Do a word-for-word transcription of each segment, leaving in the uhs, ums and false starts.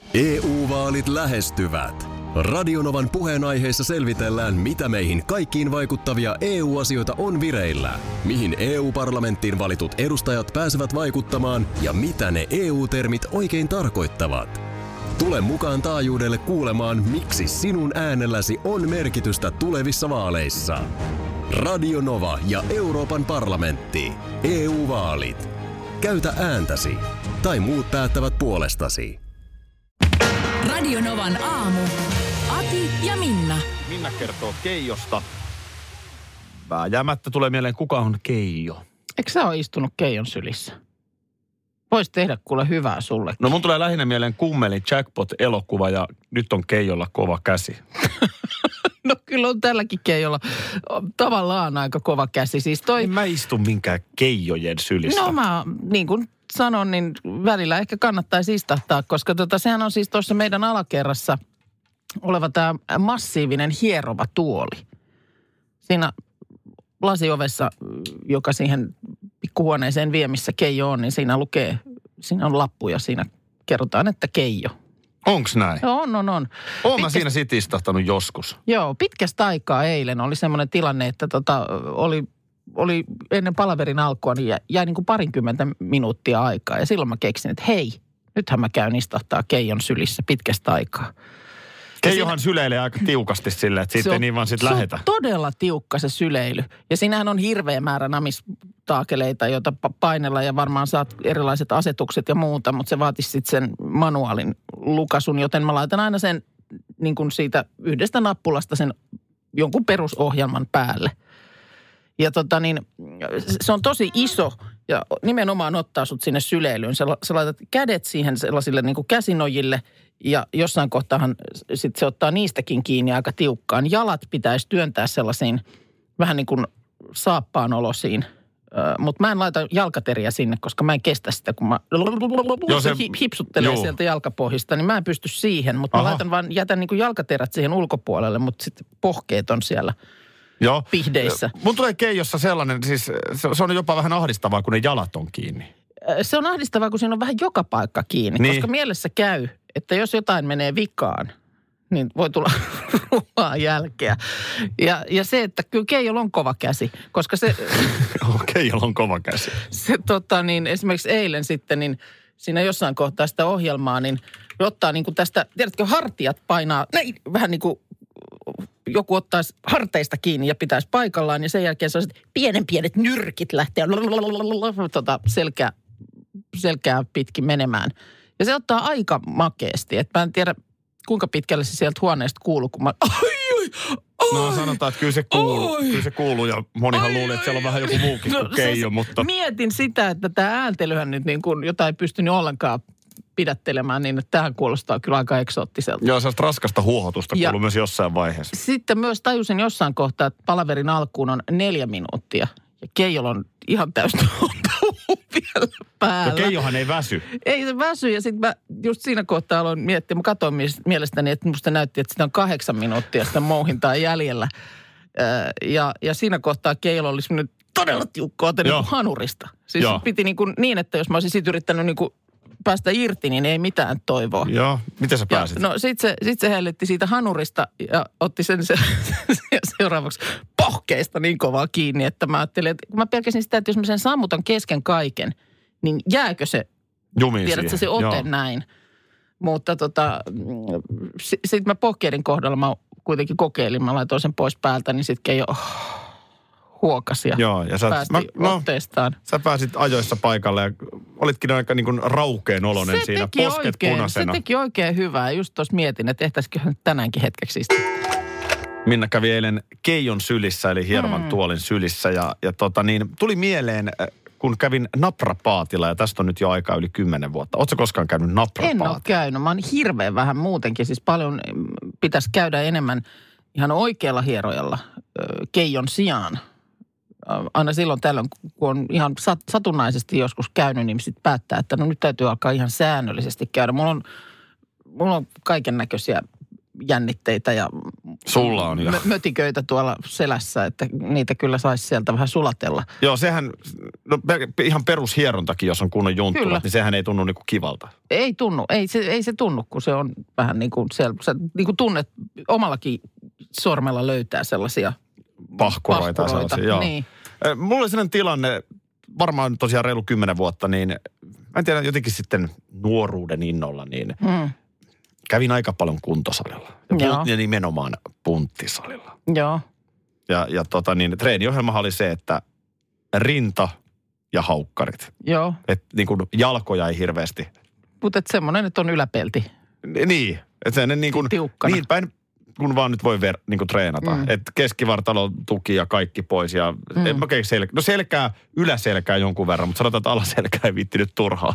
E U-vaalit lähestyvät. Radionovan puheenaiheessa selvitellään, mitä meihin kaikkiin vaikuttavia E U-asioita on vireillä, mihin E U-parlamenttiin valitut edustajat pääsevät vaikuttamaan ja mitä ne E U-termit oikein tarkoittavat. Tule mukaan taajuudelle kuulemaan, miksi sinun äänelläsi on merkitystä tulevissa vaaleissa. Radio Nova ja Euroopan parlamentti. E U-vaalit. Käytä ääntäsi. Tai muut päättävät puolestasi. Radio Novan aamu. Ati ja Minna. Minna kertoo Keijosta. Vääjäämättä tulee mieleen, kuka on Keijo? Eikö sä ole istunut Keijon sylissä? Vois tehdä kuule hyvää sulle. No mun tulee lähinnä mieleen Kummelin Jackpot-elokuva ja nyt on Keijolla kova käsi. No kyllä on tälläkin Keijolla tavallaan aika kova käsi. Siis toi... En mä istu minkään Keijojen sylissä. No mä niin kuin sanon, niin välillä ehkä kannattaisi istahtaa, koska tota, sehän on siis tuossa meidän alakerrassa oleva tämä massiivinen hierova tuoli. Siinä lasiovessa, joka siihen pikkuhuoneeseen vie, missä Keijo on, niin siinä lukee, siinä on lappu ja siinä kerrotaan, että Keijo. Onks näin? No, on, on, on. Oon Pitkäst... mä siinä sit istahtanut joskus. Joo, pitkästä aikaa eilen oli semmoinen tilanne, että tota, oli, oli ennen palaverin alkua, niin jäi, jäi niin kuin parinkymmentä minuuttia aikaa. Ja silloin mä keksin, että hei, nythän mä käyn istahtaa Keijon sylissä pitkästä aikaa. Keijohan siinä syleilee aika tiukasti silleen, että siitä ei niin vaan sit lähetä. Se on todella tiukka se syleily. Ja siinähän on hirveä määrä namistaakeleita, joita painella ja varmaan saat erilaiset asetukset ja muuta, mutta se vaatisi sitten sen manuaalin lukasun, joten mä laitan aina sen niin kuin siitä yhdestä nappulasta sen jonkun perusohjelman päälle. Ja tota niin, se on tosi iso ja nimenomaan ottaa sut sinne syleilyyn. Sä, sä laitat kädet siihen sellaisille niin kuin käsinojille ja jossain kohtaahan sit se ottaa niistäkin kiinni aika tiukkaan. Jalat pitäisi työntää sellaisiin vähän niin kuin saappaanolosiin. Mutta mä en laita jalkateriä sinne, koska mä en kestä sitä, kun mä joo, se hipsuttelee joo. sieltä jalkapohjista, niin mä en pysty siihen. Mutta mä laitan vaan, jätän niin kuin jalkaterät siihen ulkopuolelle, mutta sitten pohkeet on siellä. Joo. Pihdeissä. Mun tulee Keijossa sellainen, siis se on jopa vähän ahdistavaa, kun ne jalat on kiinni. Se on ahdistavaa, kun siinä on vähän joka paikka kiinni, niin. Koska mielessä käy, että jos jotain menee vikaan, niin voi tulla rumaa jälkeä. Ja, ja se, että kyllä Keijolla on kova käsi, koska se... Keijolla on kova käsi. Se tota niin, esimerkiksi eilen sitten, niin siinä jossain kohtaa sitä ohjelmaa, niin ottaa niin kuin tästä, tiedätkö, hartiat painaa, näin vähän niin kuin... joku ottaisi harteista kiinni ja pitäisi paikallaan ja sen jälkeen sellaiset pienen pienet nyrkit lähtee tota selkää, selkää pitkin menemään. Ja se ottaa aika makeasti. Että mä en tiedä, kuinka pitkälle se sieltä huoneesta kuuluu, kun mä... Ai, ai, ai, no sanotaan, että kyllä se kuuluu. Ai, kyllä se kuuluu ja monihan luulee, että siellä on vähän joku muukin no, kuin Keijo, siis mutta... Mietin sitä, että tämä ääntelyhän nyt niin kuin jotain ei pystynyt ollenkaan pidättelemään, niin että tähän kuulostaa kyllä aika eksoottiselta. Joo, sellaista raskasta huohotusta kuuluu myös jossain vaiheessa. Sitten myös tajusin jossain kohtaa, että palaverin alkuun on neljä minuuttia. Ja Keijolla on ihan täysin vielä päällä. Ja Keijohan ei väsy. Ei se väsy. Ja sitten mä just siinä kohtaa aloin miettiä, mä katsoin mielestäni, että musta näytti, että sitä on kahdeksan minuuttia sitä mouhintaa jäljellä. Ja, ja siinä kohtaa Keijolla oli semmoinen todella tiukka ote niin kuin hanurista. Siis Joo. piti niin, kuin niin, että jos mä olisin sitten yrittänyt niin kuin päästä irti, niin ei mitään toivoa. Joo, miten sä pääsit? Ja, no sit se, sit se hellitti siitä hanurista ja otti sen se, seuraavaksi pohkeista niin kovaa kiinni, että mä ajattelin, että kun mä pelkäsin sitä, että jos mä sen sammutan kesken kaiken, niin jääkö se, jumiin tiedätkö se ote Joo. näin. Mutta tota, sitten sit mä pohkeiden kohdalla mä kuitenkin kokeilin, mä laitoin sen pois päältä, niin sittenkin jo... huokas ja, Joo, ja sä, päästi mä, no, otteestaan. Sä pääsit ajoissa paikalle ja olitkin aika niin kuin raukeen oloinen se siinä, posket oikein, punaisena. Se teki oikein hyvää. Just tuossa mietin, että tehtäisiköhän tänäänkin hetkeksi istua. Minna kävi eilen Keijon sylissä, eli hierovan mm. tuolin sylissä. Ja, ja tota niin, tuli mieleen, kun kävin naprapaatilla, ja tästä on nyt jo aikaa yli kymmenen vuotta. Ootko koskaan käynyt naprapaatilla? En ole käynyt. Mä oon hirveän vähän muutenkin. Siis paljon pitäisi käydä enemmän ihan oikealla hierojalla Keijon sijaan. Aina silloin tällöin, kun on ihan satunnaisesti joskus käynyt, niin sitten päättää, että no nyt täytyy alkaa ihan säännöllisesti käydä. Mulla on, mulla on kaiken näköisiä jännitteitä ja Sulla on jo. Mö- mötiköitä tuolla selässä, että niitä kyllä saisi sieltä vähän sulatella. Joo, sehän, no ihan perushierontakin, jos on kunnon junttulat, niin sehän ei tunnu niinku kivalta. Ei tunnu, ei se, ei se tunnu, kun se on vähän niin kuin, siellä, sä niin kuin tunnet, omallakin sormella löytää sellaisia pahkuroita. pahkuroita. Sellaisia, joo. Niin. Mulla oli sellainen tilanne, varmaan tosiaan reilu kymmenen vuotta, niin mä en tiedä, jotenkin sitten nuoruuden innolla, niin mm. kävin aika paljon kuntosalilla. Ja, ja nimenomaan punttisalilla. Joo. Ja, ja tota niin, treeniohjelmahan oli se, että rinta ja haukkarit. Joo. Että niin kuin jalkoja ei hirveästi. Mutta semmoinen, että on yläpelti. Niin. Että se niin kuin, niin päin kun vaan nyt voi ver, niin kuin treenata. Mm. Että keskivartalon tuki ja kaikki pois. Ja mm. en mä sel, no selkää, yläselkää jonkun verran, mutta sanotaan, että alaselkää ei viittinyt turhaa.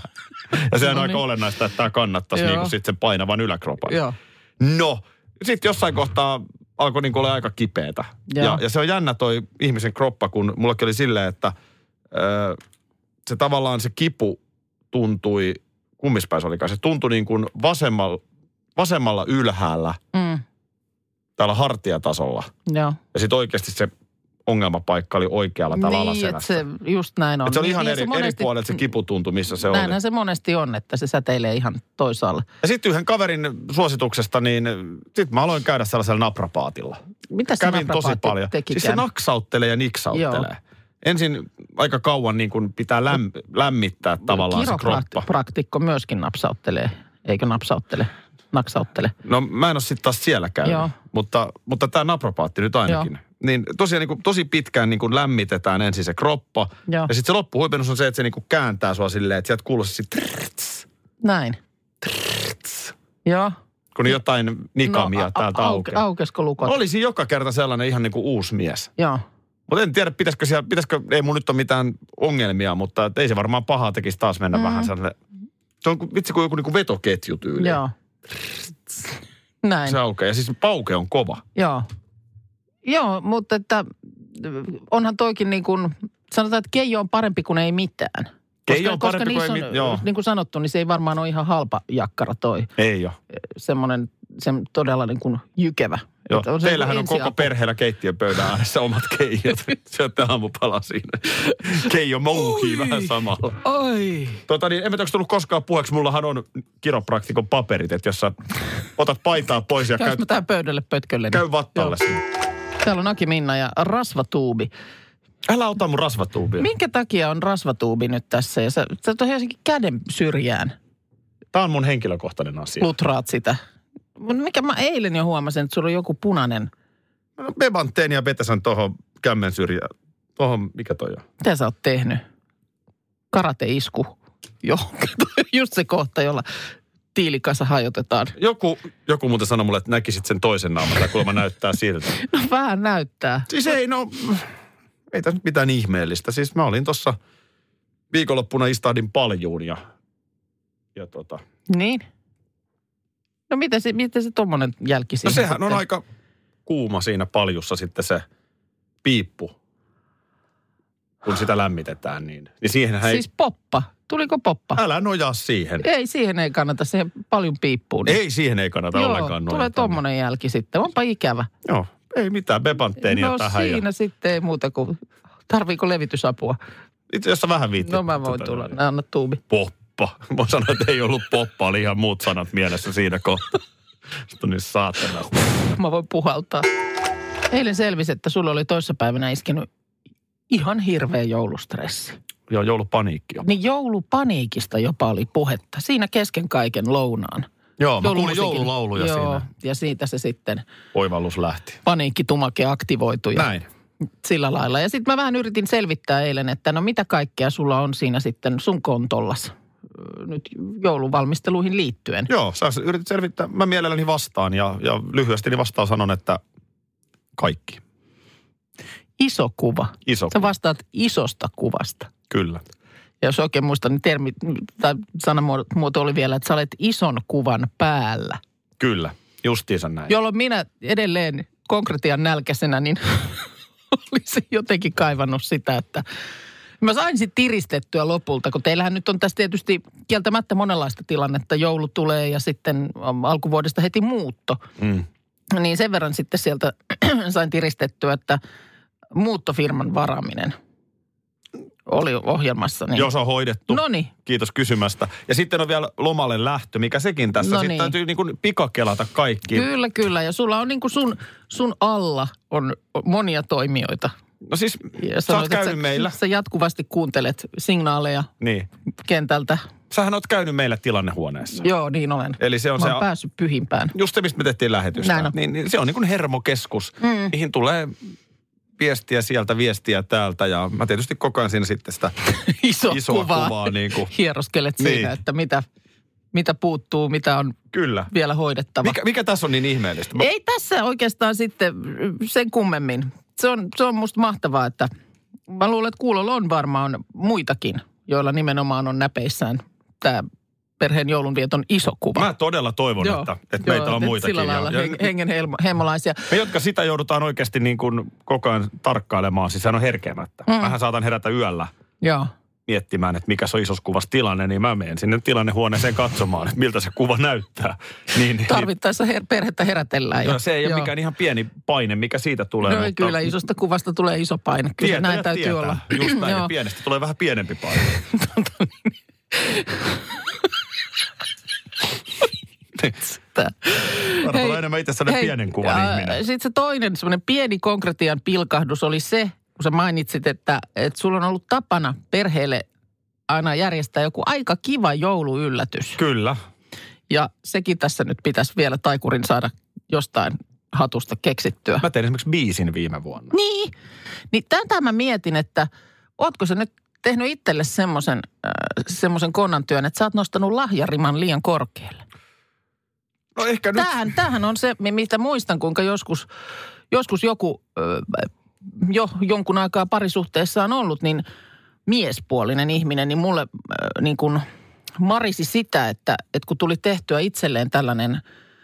Ja sehän on no aika niin. olennaista, että tämä kannattaisi niin kuin sitten sen painavan yläkropan. Joo. No, sitten jossain kohtaa alkoi niin kuin olla aika kipeätä. Ja, ja se on jännä toi ihmisen kroppa, kun mullakin oli silleen, että ö, se tavallaan se kipu tuntui, kummispäin se olikaan, se tuntui niin kuin vasemmalla, vasemmalla ylhäällä, mm. täällä hartiatasolla. Joo. Ja sitten oikeasti se ongelmapaikka oli oikealla täällä niin, alaselässä. Niin, että se just näin on. Että se oli niin, ihan niin, eri, se monesti, eri puolella se kipu tuntui, missä se näinhän oli. se monesti on, että se säteilee ihan toisaalla. Ja sitten yhden kaverin suosituksesta, niin sitten mä aloin käydä sellaisella naprapaatilla. Mitä se Kävin tosi paljon. Tekikään? Siis se naksauttelee ja niksauttelee. Joo. Ensin aika kauan niin kuin pitää lämm, lämmittää tavallaan se kroppa. Kiropraktikko myöskin napsauttelee, eikö napsauttele, naksauttele? No mä en ole sitten taas siellä käynyt, Joo. mutta, mutta tämä naprapaatti nyt ainakin. Joo. Niin tosiaan niin kuin, tosi pitkään niin kuin lämmitetään ensin se kroppa. Joo. Ja sitten se loppuhuipennus on se, että se niin kuin kääntää sua silleen, että sieltä kuuluu se trrts. Näin. Trrts. Joo. Kun jotain nikamia no, täältä aukeaa. Aukesko lukot? Olisi joka kerta sellainen ihan niin kuin uusi mies. Joo. Mutta en tiedä, pitäisikö siellä, pitäisikö, ei mun nyt ole mitään ongelmia, mutta ei se varmaan pahaa tekisi taas mennä mm. vähän sellainen. Se on vitsi kuin joku niin kuin vetoketjutyyli. Joo. Näin. Se aukeaa. Ja siis pauke on kova. Joo. Joo, mutta että onhan toikin niin kuin, sanotaan, että keijo on parempi kuin ei mitään. Keijo koska, on parempi kuin ei mitään, joo. Niin kuin sanottu, niin se ei varmaan ole ihan halpa jakkara toi. Ei ole. Semmoinen, se todella niin kuin jykevä. Joo, on teillähän on koko perheellä keittiöpöydän ääressä omat keijot. Syötte aamupala siinä. Keijo mouhii vähän samalla. Oi. Tota niin, en mä tiedä, onko tullut koskaan puheeksi. Mullahan on kiropraktikon paperit, että jos sä otat paitaa pois ja käy... Käys mä tähän pöydälle pötkölle. Käy vattalle sinne. Täällä on Aki Minna ja rasvatuubi. Älä ota mun rasvatuubia. Minkä takia on rasvatuubi nyt tässä? Ja sä, sä tuohon jotenkin käden syrjään. Tää on mun henkilökohtainen asia. Lutraat sitä. Mikä mä eilen jo huomasin, että sulla on joku punainen. No, Bebanteen ja Betesan tohon kämmen syrjään. Tohon, mikä toi on? Mitä sä oot tehnyt? Karateisku. Joo, just se kohta, jolla tiilikassa hajotetaan. Joku, joku muuten sanoi mulle, että näkisit sen toisen naaman, tai kuulemma näyttää siltä. No vähän näyttää. Siis ei, no, ei tässä mitään ihmeellistä. Siis mä olin tuossa viikonloppuna istahdin paljuun ja, ja tota. Niin? No miten se, miten se tommonen jälki siinä? No sehän sitten? On aika kuuma siinä paljussa sitten se piippu, kun sitä lämmitetään niin. Niin siihenhän ei... Siis poppa. Tuliko poppa? Älä nojaa siihen. Ei, siihen ei kannata. Siihen paljon piippuun. Ei, siihen ei kannata Joo, ollenkaan nojata. Tulee tommonen jälki sitten. Onpa ikävä. Joo, ei mitään. Bebanteenia no, tähän. No siinä ja... sitten ei muuta kuin... Tarviiko levitysapua? Itse asiassa vähän viittiin. No mä voin tota, tulla. Anna tuubi. Poppa. Mä sanoin, että ei ollut poppa. Oli ihan muut sanat mielessä siinä kohtaa. Sitten on niin saatanasta. Mä voin puhaltaa. Eilen selvisi, että sulla oli toissapäivänä iskenyt ihan hirveä joulustressi. Joo, joulupaniikki jopa. Niin joulupaniikista jopa oli puhetta. Siinä kesken kaiken lounaan. Joo, mä kuulin joululauluja Joo, siinä. Ja siitä se sitten... Oivallus lähti. Paniikkitumake aktivoitui. Näin. Sillä lailla. Ja sitten mä vähän yritin selvittää eilen, että no mitä kaikkea sulla on siinä sitten sun kontollas nyt jouluvalmisteluihin liittyen. Joo, sä yritit selvittää. Mä mielelläni vastaan ja, ja lyhyesti niin vastaan sanon, että kaikki. Iso kuva. Iso kuva. Sä vastaat isosta kuvasta. Kyllä. Ja jos oikein muistan, niin termi tai sanamuoto oli vielä, että sä olet ison kuvan päällä. Kyllä, justiinsa näin. Jolloin minä edelleen konkretian nälkäisenä, niin olisin jotenkin kaivannut sitä, että mä sain sitten tiristettyä lopulta, kun teillähän nyt on tässä tietysti kieltämättä monenlaista tilannetta. Joulu tulee ja sitten alkuvuodesta heti muutto. Mm. Niin sen verran sitten sieltä sain tiristettyä, että muuttofirman varaaminen oli ohjelmassa. Niin. Joo, se on hoidettu. Noniin. Kiitos kysymästä. Ja sitten on vielä lomalle lähtö, mikä sekin tässä. Noniin. Sitten täytyy niin kuin pikakelata kaikki. Kyllä, kyllä. Ja sulla on niin kuin sun, sun alla on monia toimijoita. No siis, ja sä oot käynyt sä, meillä. Sä jatkuvasti kuuntelet signaaleja niin. kentältä. Sähän oot käynyt meillä tilannehuoneessa. Joo, niin olen. Eli se on Mä se... oon päässyt pyhimpään. Just se, mistä me tehtiin lähetystä. Näin on. Niin, niin se on niin kuin hermokeskus, mm. mihin tulee viestiä sieltä, viestiä täältä. Ja mä tietysti koko ajan siinä sitten sitä Iso isoa kuvaa, kuvaa niin kuin. hieroskelet Niin. siinä, että mitä, mitä puuttuu, mitä on Kyllä. vielä hoidettava. Mikä, mikä tässä on niin ihmeellistä? Mä... Ei tässä oikeastaan sitten sen kummemmin. Se on, se on musta mahtavaa, että mä luulen, että kuulolla on varmaan muitakin, joilla nimenomaan on näpeissään tämä perheen joulunvieton iso kuva. Mä todella toivon, Joo, että, että meitä joo, on muitakin. Sillä lailla ja, hen, hengen helmo, hemmolaisia. me, jotka sitä joudutaan oikeasti niin kuin koko ajan tarkkailemaan, siis sehän on herkeämättä. Mm. Mähän saatan herätä yöllä Joo. miettimään, että mikä se on isossa kuvassa tilanne, niin mä menen sinne tilannehuoneeseen katsomaan, että miltä se kuva näyttää. Niin, niin, Tarvittaessa her, perhettä herätellään. joo, Ja, se ei ole joo. mikään ihan pieni paine, mikä siitä tulee. No mutta kyllä, isosta kuvasta tulee iso paine. Kyllä tietäjät näin täytyy tietää. olla. Just näin, ja Joo. pienestä tulee vähän pienempi paine. Tää. Varmaan Hei, enemmän itse sellainen hei, pienen kuvan ää, ihminen. Sitten se toinen semmoinen pieni konkretian pilkahdus oli se, kun sä mainitsit, että, että sulla on ollut tapana perheelle aina järjestää joku aika kiva jouluyllätys. Kyllä. Ja sekin tässä nyt pitäisi vielä taikurin saada jostain hatusta keksittyä. Mä tein esimerkiksi biisin viime vuonna. Niin, niin tätä mä mietin, että ootko sä nyt tehnyt itselle semmoisen äh, semmoisen konnan työn, että sä oot nostanut lahjariman liian korkealle. No ehkä nyt... Tämähän, tämähän on se, mitä muistan, kuinka joskus, joskus joku äh, jo jonkun aikaa parisuhteessa on ollut, niin miespuolinen ihminen, niin mulle äh, niin kuin marisi sitä, että, että kun tuli tehtyä itselleen tällainen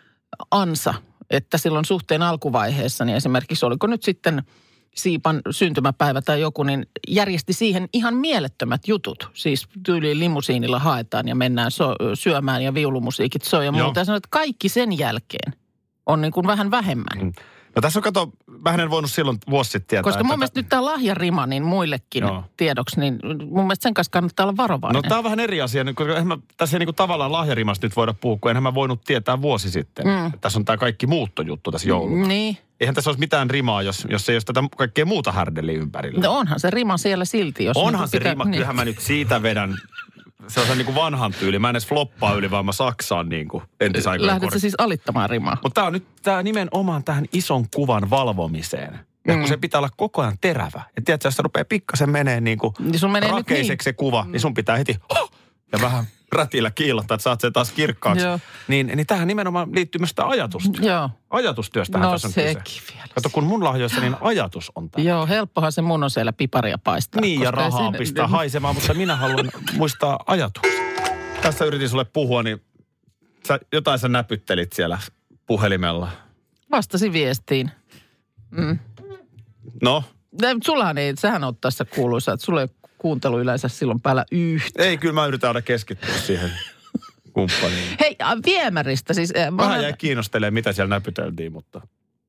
ansa, että silloin suhteen alkuvaiheessa, niin esimerkiksi oliko nyt sitten Siipan syntymäpäivä tai joku, niin järjesti siihen ihan mielettömät jutut. Siis tyyliin limusiinilla haetaan ja mennään so- syömään ja viulumusiikit soi ja muuta. Ja sanoin, että kaikki sen jälkeen on niin kuin vähän vähemmän. Mm. No tässä on, kato, vähän en voinut silloin vuosi sitten tietää. Koska mun että mielestä nyt tämä lahjarima, niin muillekin Joo. tiedoksi, niin mun mielestä sen kanssa kannattaa olla varovainen. No tämä on vähän eri asia, koska eihän mä, tässä ei niinku tavallaan lahjarimasta nyt voida puhua, kun enhän mä voinut tietää vuosi sitten. Mm. Tässä on tämä kaikki muuttojuttu tässä jouluna. Niin. Eihän tässä olisi mitään rimaa, jos, jos ei olisi tätä kaikkea muuta härdeliä ympärillä. No onhan se rima siellä silti. Jos Onhan niin se pitää, rima, niin. kyllähän mä nyt siitä vedän. Se on se niin kuin vanhan tyyli. Mä en edes floppaa yli, vaan mä saksaan niin kuin entisaikojen Lähdet kori. sä siis alittamaan rimaa? Mutta tämä on nyt tää nimenomaan tähän ison kuvan valvomiseen. Ja Mm. kun se pitää olla koko ajan terävä. Ja tiedätkö, jos se rupeaa pikkasen menee niin kuin Niin sun menee nyt rakeiseksi niin. se kuva, niin sun pitää heti huh! ja vähän rätillä kiillottaa, että saat sen taas kirkkaaksi. Joo. Niin, niin tähän nimenomaan liittyy myös sitä ajatusta. Joo. Ajatustyöstähän No tässä on sekin kyse. vielä. Kato, kun mun lahjoissa niin ajatus on tämä. Joo, helppohan se mun on siellä piparia paistaa. Niin, ja koska ei rahaa siinä- pistää haisemaan, mutta minä haluan muistaa ajatuksen. Tässä yritin sulle puhua, niin sä, jotain sä näpyttelit siellä puhelimella. Vastasi viestiin. Mm. No, Ne, Sullahan ei, sähän on tässä kuuluisa, että sulla ei ole kuuntelu yleensä silloin päällä yhtä. ei, kyllä mä yritän aina keskittyä siihen kumppaniin. Hei, äh, viemäristä siis. Äh, mä Vähän olen- jäi kiinnostelemaan, mitä siellä näpyteltiin, mutta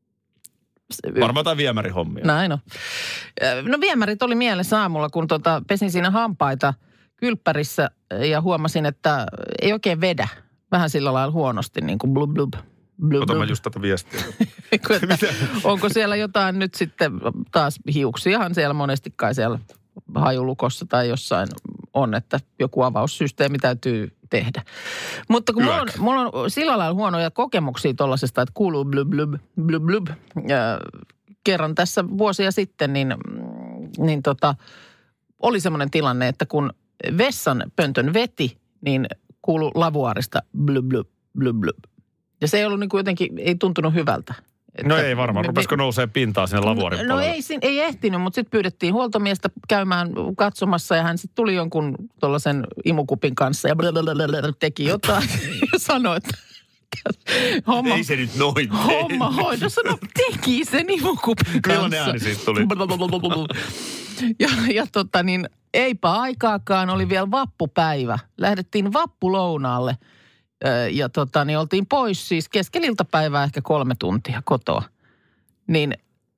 varmaan jotain viemärihommia. Näin on. Äh, No viemärit oli mielessä aamulla, kun tota, pesin siinä hampaita kylppärissä ja huomasin, että ei oikein vedä. Vähän sillä lailla huonosti, niin kuin blub blub. blub, Otan mä blub. just tätä viestiä. Että onko siellä jotain nyt sitten taas hiuksiahan siellä monesti kai siellä hajulukossa tai jossain on, että joku avaussysteemi täytyy tehdä. Mutta kun mulla on, mulla on sillä lailla huonoja kokemuksia tuollaisesta, että kuuluu blub blub blub blub. Ja kerran tässä vuosia sitten, niin, niin tota, oli semmoinen tilanne, että kun vessan pöntön veti, niin kuului lavuaarista blub blub blub blub. Ja se ei ollut niin kuin jotenkin, ei tuntunut hyvältä. No Että ei varmaan. me- Rupesiko nousee pintaa sinne lavuarin No puolelle? ei, sin- ei ehtinyt, mutta sitten pyydettiin huoltomiestä käymään katsomassa ja hän sitten tuli jonkun tuollaisen imukupin kanssa ja blablabla teki jotain ja sanoi, että homma, Ei se nyt noin homma hoidossa, no teki sen imukupin kanssa. Millainen ääni siitä tuli? Ja, ja tota niin, eipä aikaakaan, oli vielä vappupäivä. Lähdettiin vappulounaalle Ja tota, niin oltiin pois siis keskellä iltapäivää ehkä kolme tuntia kotoa. Niin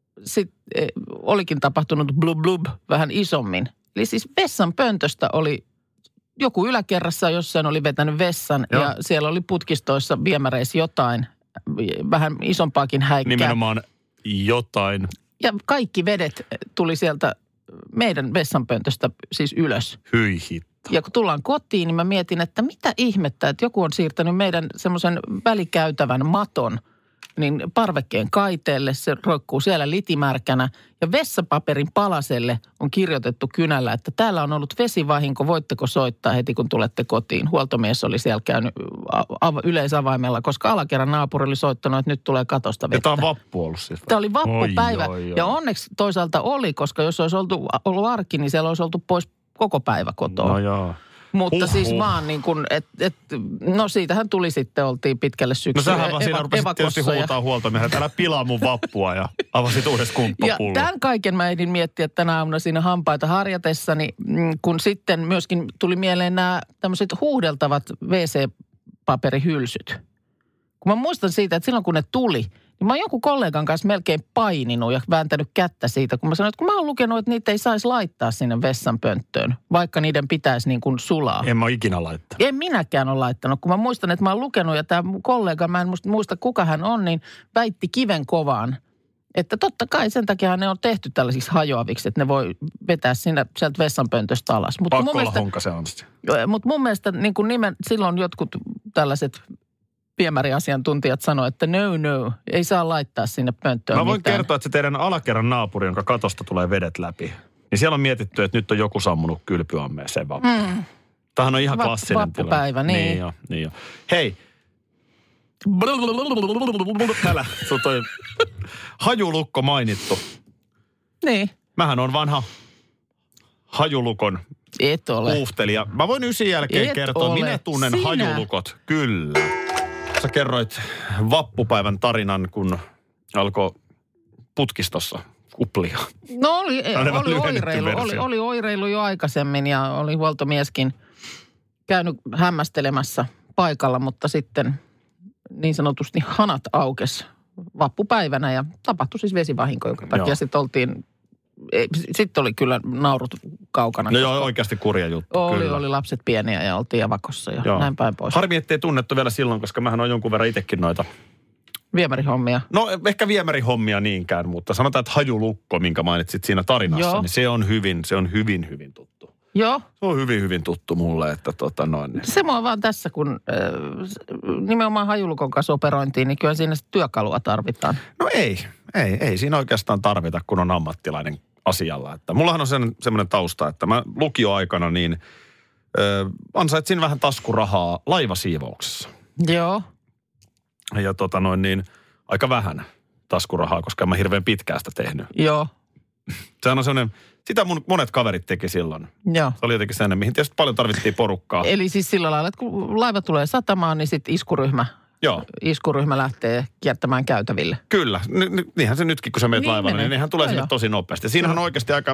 sitten olikin tapahtunut blub blub vähän isommin. Eli siis vessan pöntöstä oli joku yläkerrassa, jossain oli vetänyt vessan Joo. ja siellä oli putkistoissa viemäreissä jotain, vähän isompaakin häikkää. Nimenomaan jotain. Ja kaikki vedet tuli sieltä meidän vessanpöntöstä siis ylös. Hyi hitto. Ja kun tullaan kotiin, niin mä mietin, että mitä ihmettä, että joku on siirtänyt meidän semmoisen välikäytävän maton niin parvekkeen kaiteelle. Se roikkuu siellä litimärkänä ja vessapaperin palaselle on kirjoitettu kynällä, että täällä on ollut vesivahinko, voitteko soittaa heti kun tulette kotiin. Huoltomies oli siellä käynyt yleisavaimella, koska alakerran naapuri oli soittanut, että nyt tulee katosta vettä. Ja tämä on vappu ollut siis. Tämä oli vappupäivä oi, oi, oi. Ja onneksi toisaalta oli, koska jos olisi oltu, ollut arki, niin siellä olisi oltu pois koko päivä kotoa. No joo. Mutta Huhhuh. siis vaan niin kuin, että et, no siitähän tuli sitten, oltiin pitkälle syksyyn. No sähän vaan siinä eva, rupesit tietysti huutaa ja... huoltomiehen, että älä pilaa mun vappua ja avasit uudessa kumppapulloa. Ja tämän kaiken mä ehdin miettiä tänä aamuna siinä hampaita harjatessani, kun sitten myöskin tuli mieleen nämä tämmöiset huuhdeltavat wee see-paperihylsyt. Kun mä muistan siitä, että silloin kun ne tuli, niin mä oon jonkun kollegan kanssa melkein paininut ja vääntänyt kättä siitä, kun mä sanoin, että kun mä oon lukenut, että niitä ei saisi laittaa sinne vessanpönttöön, vaikka niiden pitäisi niin kuin sulaa. En mä ole ikinä laittanut. En minäkään ole laittanut, kun mä muistan, että mä oon lukenut ja tämä kollega, mä en muista kuka hän on, niin väitti kiven kovaan, että totta kai sen takia ne on tehty tällaisiksi hajoaviksi, että ne voi vetää sinne sieltä vessanpöntöstä alas. Mut Pakko olla honka se on sitten. Mutta mun mielestä niin kuin nimen, silloin jotkut tällaiset viemäriasiantuntijat sanoi, että no, no, ei saa laittaa sinne pönttöön Mä voin mitään. kertoa, että se teidän alakerran naapuri, jonka katosta tulee vedet läpi, niin siellä on mietitty, että nyt on joku sammunut kylpyammeeseen vappu. Mm. Tämähän on ihan Va- klassinen vappupäivä, tilanne. niin. Niin jo, niin jo. Hei. Älä, sun toi hajulukko mainittu. Niin. Mähän on vanha hajulukon Et ole. huuhtelija. Mä voin ysin jälkeen Et kertoa, ole. minä tunnen Sinä. hajulukot. Kyllä. Sä kerroit vappupäivän tarinan, kun alkoi putkistossa kuplia. No oli, Tämä on oli, lyhennetty oireilu, versio. oli, oli oireilu jo aikaisemmin ja oli huoltomieskin käynyt hämmästelemässä paikalla, mutta sitten niin sanotusti hanat aukes vappupäivänä ja tapahtui siis vesivahinko, joka takia Joo. sitten oltiin, sitten oli kyllä naurut kaukana. No joo, oikeasti kurja juttu. Oli, kyllä. oli lapset pieniä ja oltiin avakossa ja Joo. näin päin pois. Harmi, ettei tunnettu vielä silloin, koska mähän on jonkun verran itsekin noita. Viemärihommia. No ehkä viemärihommia niinkään, mutta sanotaan, että hajulukko, minkä mainitsit siinä tarinassa, Joo. niin se on hyvin, se on hyvin, hyvin tuttu. Joo. Se on hyvin, hyvin tuttu mulle, että tota noin. Niin. Se mua vaan tässä, kun äh, nimenomaan hajulukon kanssa operointiin, niin kyllä siinä työkalua tarvitaan. No ei, ei, ei siinä oikeastaan tarvita, kun on ammattilainen asialla. Että mullahan on sen, semmoinen tausta, että mä lukioaikana niin ö, ansaitsin vähän taskurahaa laivasiivouksessa. Joo. Ja tota noin niin, aika vähän taskurahaa, koska en mä hirveän pitkään sitä tehnyt. Joo. Sehän on semmoinen, sitä mun monet kaverit teki silloin. Joo. Se oli jotenkin sellainen, mihin tietysti paljon tarvittiin porukkaa. Eli siis sillä lailla, että kun laiva tulee satamaan, niin sitten iskuryhmä, Joo, iskuryhmä lähtee kiertämään käytäville. kyllä. Ni, ni, niinhän se nytkin, kun sä meet Niin laivalla, menee. niin nehän tulee Joo, sinne joo. tosi nopeasti. Siinähän on oikeasti aika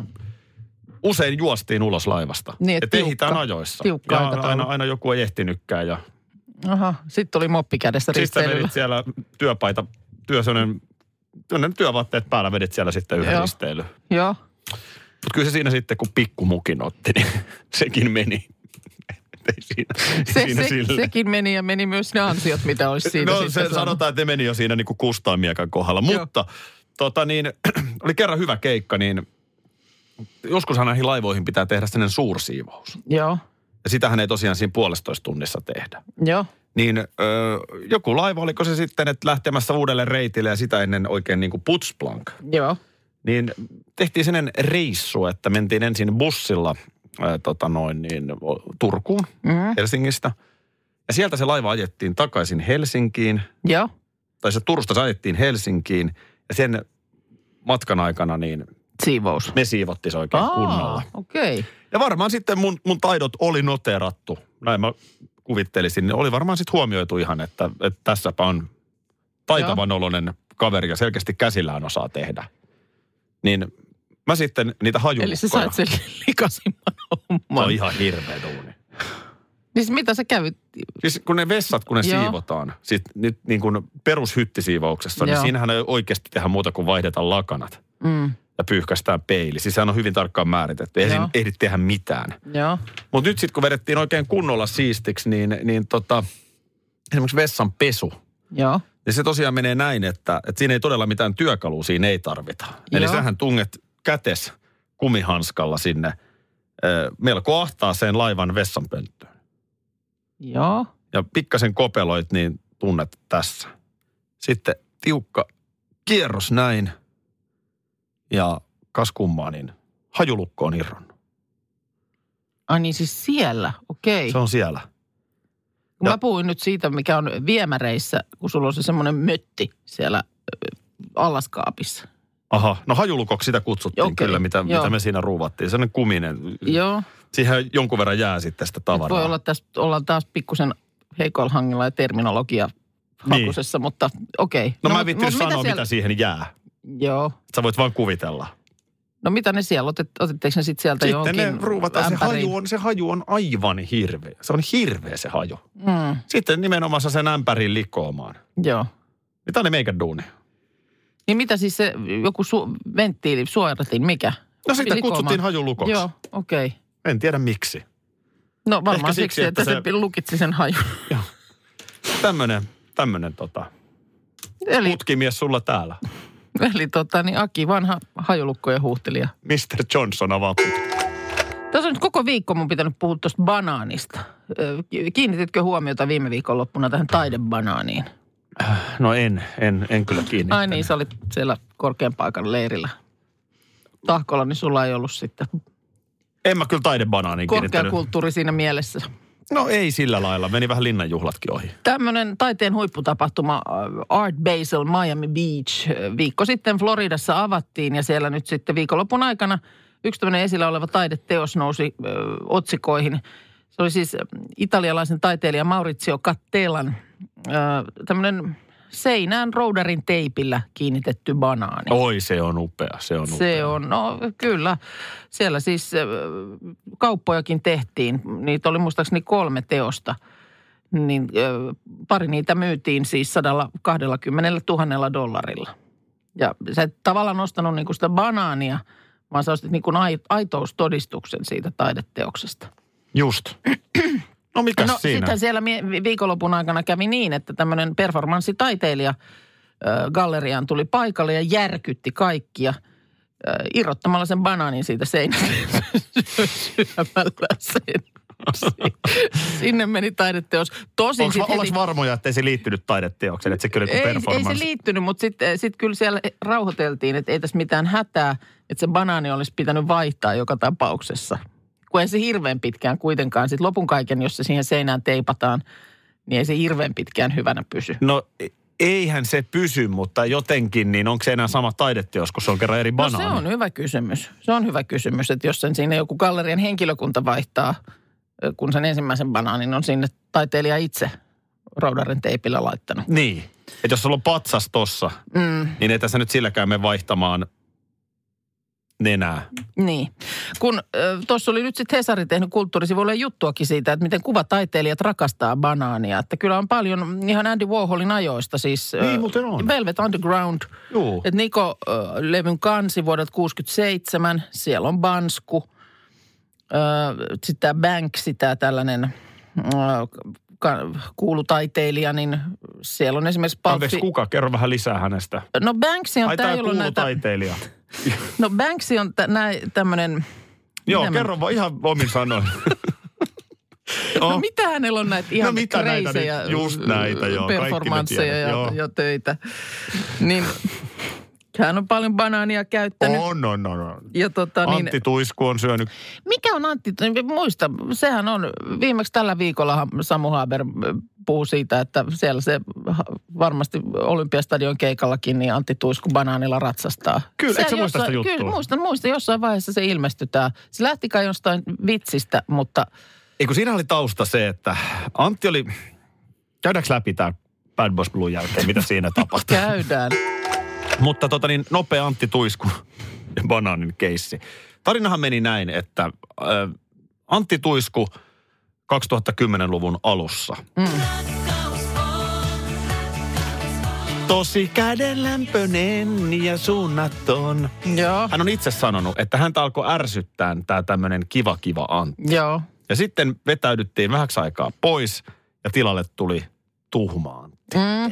usein juostiin ulos laivasta. Niin, et että ehditään tiukka- ajoissa. tiukka ja aikataulu. aina, aina joku ei ehtinytkään. Ja Aha, sitten oli moppi kädessä sitten risteilyllä. vedit siellä työpaita, työ, sellainen, työvaatteet päällä vedit siellä sitten yhden Joo. risteily. Joo. Mutta kyllä se siinä sitten, kun pikkumukin otti, niin sekin meni. Ei siinä, Se, siinä se, sille. sekin meni ja meni myös ne ansiot, mitä olisi siinä No sitten se saanut. sanotaan, että ne meni jo siinä niin kuin kustaamiekan kohdalla. Joo. Mutta tota niin, oli kerran hyvä keikka, niin joskushan näihin laivoihin pitää tehdä sellainen suursiivous. Joo. Ja sitähän ei tosiaan siinä puolestoista tunnissa tehdä. Joo. Niin ö, joku laiva, oliko se sitten, että lähtemässä uudelle reitille ja sitä ennen oikein niin kuin putsplank. Joo. Niin tehtiin sellainen reissu, että mentiin ensin bussilla ää, tota noin niin, Turkuun Mm-hmm. Helsingistä. Ja sieltä se laiva ajettiin takaisin Helsinkiin. Joo. Tai se Turusta se ajettiin Helsinkiin. Ja sen matkan aikana niin Siivous. me siivottiin se oikein kunnolla. okei. Okay. Ja varmaan sitten mun, mun taidot oli noterattu. Näin mä kuvittelisin. Oli varmaan sitten huomioitu ihan, että, että tässäpä on taitavan oloinen kaveri ja selkeästi käsillään osaa tehdä. Niin mä sitten niitä hajulukkoja. Eli sä sait sen likaisimman Se homman. on ihan hirveä duuni. Niin mitä sä kävit? Siis kun ne vessat, kun ne Joo. siivotaan, siis nyt niin kuin perushyttisiivouksessa, niin Joo. siinähän ei oikeasti tehdä muuta kuin vaihdeta lakanat Mm. ja pyyhkäistään peili. Siis sehän on hyvin tarkkaan määritetty. Ei Joo. siinä ehdi tehdä mitään. Joo. Mutta nyt sitten kun vedettiin oikein kunnolla siistiksi, niin, niin tota, esimerkiksi vessan pesu, Joo. niin se tosiaan menee näin, että, että siinä ei todella mitään työkalua siinä ei tarvita. Eli Joo. sähän tunget kätes kumihanskalla sinne ö, melko ahtaaseen laivan vessanpönttöön. Joo. Ja pikkasen kopeloit, niin tunnet tässä. Sitten tiukka kierros näin. Ja kas kummaa, niin hajulukko on irronnut. Ai niin siis siellä, okei. Se on siellä. Kun ja- mä puhuin nyt siitä, mikä on viemäreissä, kun sulla on se semmoinen mötti siellä ö, allaskaapissa. Aha, no hajulukoksi sitä kutsuttiin Okei, kyllä, mitä, joo. mitä me siinä ruuvattiin. Sellainen kuminen. Joo. Siihen jonkun verran jää sitten sitä Nyt tavaraa. voi olla, että tästä ollaan taas pikkusen heikoilla hangilla ja terminologia hakusessa, mutta okei. No, no mä en mut- vittinyt mut sanoa, mitä, siellä- siihen jää. Joo. Sä voit vaan kuvitella. No mitä ne siellä, Otet, otetteeko ne sitten sieltä Sitten johonkin ne ruuvataan, se ämpäriin? haju, on, se haju on aivan hirveä. Se on hirveä se haju. Mm, Sitten nimenomaan saa sen ämpäriin likoamaan. joo. Mitä oli meikän duuni? Niin mitä siis se joku su- venttiili, suojatin, mikä? No sitä Likoamaan. kutsuttiin hajulukoksi. Joo, okei. Okay. En tiedä miksi. No varmaan Ehkä siksi, siksi, että, että että se se- lukitsi sen hajun. Joo. Tämmönen, tämmönen tota, Eli, putkimies sulla täällä. eli tota, niin Aki, vanha hajulukkojen huuhtelija. mister Johnson avaa putki. Tässä on nyt koko viikko mun pitänyt puhua tuosta banaanista. Ö, Kiinnititkö huomiota viime viikonloppuna tähän taidebanaaniin? No en, en, en kyllä kiinni. Ai niin, sä olit siellä korkean paikan leirillä tahkolla, niin sulla ei ollut sitten En mä kyllä taidebanaaniin kiinnittänyt. korkeakulttuuri siinä mielessä. No ei sillä lailla. Meni vähän linnanjuhlatkin ohi. Tämmöinen taiteen huipputapahtuma äh, Art Basel Miami Beach äh, viikko sitten Floridassa avattiin ja siellä nyt sitten viikonlopun aikana yksi tämmöinen esillä oleva taideteos nousi ö, otsikoihin. Se oli siis italialaisen taiteilija Maurizio Cattelan ö, tämmöinen seinään roudarin teipillä kiinnitetty banaani. Oi, se on upea, se on upea. Se on, no kyllä. Siellä siis ö, kauppojakin tehtiin. Niitä oli muistaakseni kolme teosta. Niin ö, pari niitä myytiin siis sata kaksikymmentä tuhatta dollarilla. Ja sä et tavallaan nostanut niinku sitä banaania, vaan sä ostit niinku ai- aitoustodistuksen siitä taideteoksesta. Just. No mikäs No siinä? sitten siellä mie- vi- viikonlopun aikana kävi niin, että tämmöinen performanssitaiteilija ö, galleriaan tuli paikalle ja järkytti kaikkia ö, irrottamalla sen banaanin siitä seinästä syömällä sen. Sinne meni taideteos. Tosin Onko, sit ollaanko varmoja, että ei se liittynyt taideteokseen, että se kyllä joku ei, ei performance? se liittynyt, mutta sitten sit kyllä siellä rauhoiteltiin, että ei tässä mitään hätää, että se banaani olisi pitänyt vaihtaa joka tapauksessa. Kun ei se hirveän pitkään kuitenkaan. Sitten lopun kaiken, jos se siihen seinään teipataan, niin ei se hirveän pitkään hyvänä pysy. No eihän se pysy, mutta jotenkin, niin onko se enää sama taideteos, kun se on kerran eri No banaani? se on hyvä kysymys. Se on hyvä kysymys, että jos sen siinä joku gallerian henkilökunta vaihtaa, kun sen ensimmäisen banaanin on sinne taiteilija itse roudarin teipillä laittanut. Niin. Että jos sulla on patsas tossa, Mm. niin ei tässä nyt silläkään me vaihtamaan nenää. Niin. Kun tuossa oli nyt sitten Hesari tehnyt kulttuurisivuille juttuakin siitä, että miten kuvataiteilijat rakastaa banaania. Että kyllä on paljon ihan Andy Warholin ajoista siis. Niin, muuten on. Velvet Underground. Juu. Että Niko-levyn kansi vuodelta kuusikymmentäseitsemän. Siellä on Bansku. Sitten tämä Banksy, tämä tällainen ka- kuulutaiteilija, niin siellä on esimerkiksi Anteeksi, kuka? Kerro vähän lisää hänestä. No Banksy on Ai tämä, tää jolla on näitä... kuulutaiteilija. No Banksy on tä, nä, tämmöinen... Joo, Miten mä- kerro vaan ihan omin sanoin. No mitä hänellä on näitä ihan No mitä näitä kreisejä nyt? Just näitä, joo. Kaikki me performansseja tiedät, ja, joo. ja töitä. Niin hän on paljon banaania käyttänyt. On, on, on, on. Ja tota niin, Antti Tuisku on syönyt. mikä on Antti, muista, sehän on, viimeksi tällä viikolla Samu Haber puhuu siitä, että siellä se varmasti Olympiastadion keikallakin, niin Antti Tuisku banaanilla ratsastaa. Kyllä, Se eikö sä muista jossain- sitä juttua? Kyllä, muistan, muistan, jossain vaiheessa se ilmestytään. Se lähti kai jostain vitsistä, mutta Eikö siinä oli tausta se, että Antti oli, käydäänkö läpi tämä Bad Boys Blue jälkeen, mitä siinä tapahtui? käydään. Mutta tota niin, nopea Antti Tuisku ja banaanin keissi. Tarinahan meni näin, että äh, Antti Tuisku kaksituhattakymmenluvun alussa. Mm. Tosi kädenlämpöinen ja suunnaton. Joo. Hän on itse sanonut, että häntä alkoi ärsyttää tämä tämmöinen kiva kiva Antti. Joo. Ja sitten vetäydyttiin vähäksi aikaa pois ja tilalle tuli tuhma Antti. Mm.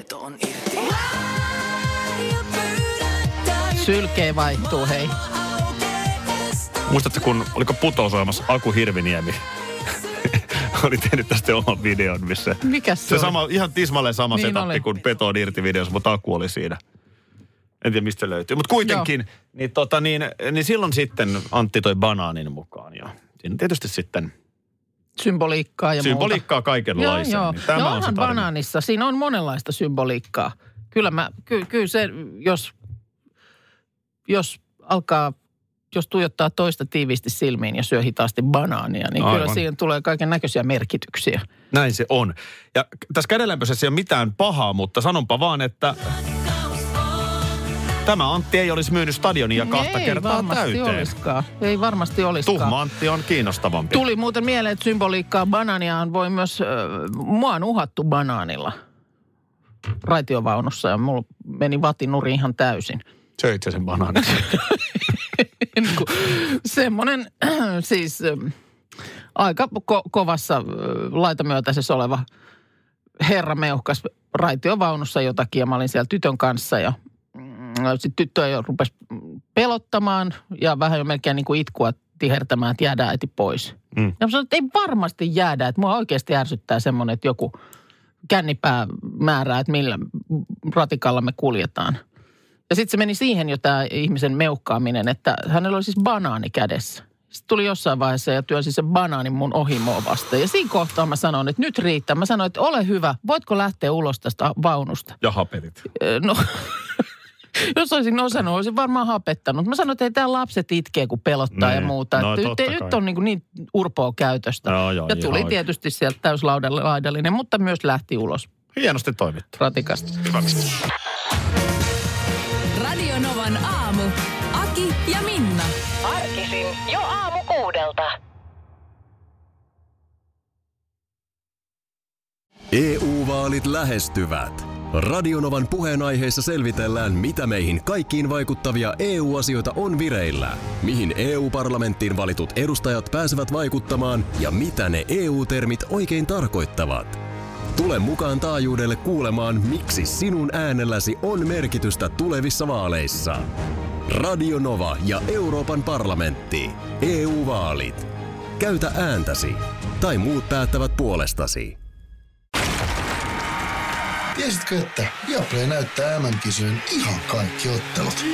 Sylkee vaihtuu, hei. Muistatko, kun oliko putousoimassa Aku Hirviniemi? Oli tehnyt tästä oman videon, missä... Mikäs se, se oli? sama, ihan tismalleen sama Niin setappi oli. kuin Peto on irti videossa, mutta Aku oli siinä. En tiedä, mistä löytyy. Mutta kuitenkin, niin, tota, niin, niin silloin sitten Antti toi banaanin mukaan. Ja siinä tietysti sitten... Symboliikkaa ja Symboliikkaa muuta. kaikenlaisen. Joo, joo. Niin tämä ja on se onhan tarina. banaanissa, siinä on monenlaista symboliikkaa. Kyllä mä, ky, kyllä se, jos, jos alkaa, jos tuijottaa toista tiiviisti silmiin ja syö hitaasti banaania, niin Aivan. kyllä siihen tulee kaiken näköisiä merkityksiä. Näin se on. Ja tässä kädenlämpöisessä ei ole mitään pahaa, mutta sanonpa vaan, että tämä Antti ei olisi myynyt stadionia kahta ei kertaa varmasti täyteen. Olisikaan. Ei varmasti olisikaan. Tuhma Antti on kiinnostavampi. Tuli muuten mieleen, että symboliikkaa banaaniaan voi myös, äh, mua on uhattu banaanilla raitiovaunussa ja mulla meni vatinuri ihan täysin. Söit sä sen banaanin? Niin kuin semmoinen siis äh, aika ko- kovassa äh, laitamyötäisessä oleva herra meuhkas raitiovaunussa jotakin ja mä olin siellä tytön kanssa ja sitten tyttö jo rupesi pelottamaan ja vähän jo melkein niin kuin itkua tihertämään, että jäädään äiti pois. Mm. Ja mä sanoin, että ei varmasti jäädä, että mua oikeasti ärsyttää semmoinen, että joku kännipää määrää, että millä ratikalla me kuljetaan. Ja sitten se meni siihen jo tämä ihmisen meuhkaaminen, että hänellä oli siis banaani kädessä. Sitten tuli jossain vaiheessa ja työnsi sen banaanin mun ohimoa vasten. Ja siinä kohtaa mä sanoin, että nyt riittää. Mä sanoin, että ole hyvä, voitko lähteä ulos tästä vaunusta? Ja hapetit. No, jos olisin osannut, olisin varmaan hapettanut. Mä sanoin, että ei tää lapset itkee, kun pelottaa niin. Ja muuta. No, että nyt, nyt on niin, niin urpoa käytöstä. No, joo, ja tuli ihan tietysti sieltä täyslaidallinen, mutta myös lähti ulos Hienosti toimittu. ratikasta. Radio Novan aamu. Aki ja Minna. Arkisin jo aamu kuudelta. E U-vaalit lähestyvät. Radionovan puheenaiheessa selvitellään, mitä meihin kaikkiin vaikuttavia E U-asioita on vireillä, mihin E U-parlamenttiin valitut edustajat pääsevät vaikuttamaan ja mitä ne E U-termit oikein tarkoittavat. Tule mukaan taajuudelle kuulemaan, miksi sinun äänelläsi on merkitystä tulevissa vaaleissa. Radio Nova ja Euroopan parlamentti. E U-vaalit. Käytä ääntäsi. Tai muut päättävät puolestasi. Tiesitkö, että Viaplay näyttää M M-kisojen ihan kaikki ottelut?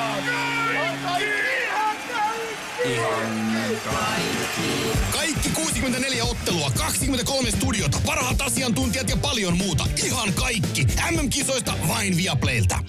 Kaikki kuusikymmentäneljä ottelua, kaksikymmentäkolme studiota, parhaat asiantuntijat ja paljon muuta. Ihan kaikki. M M-kisoista vain Viaplaylta.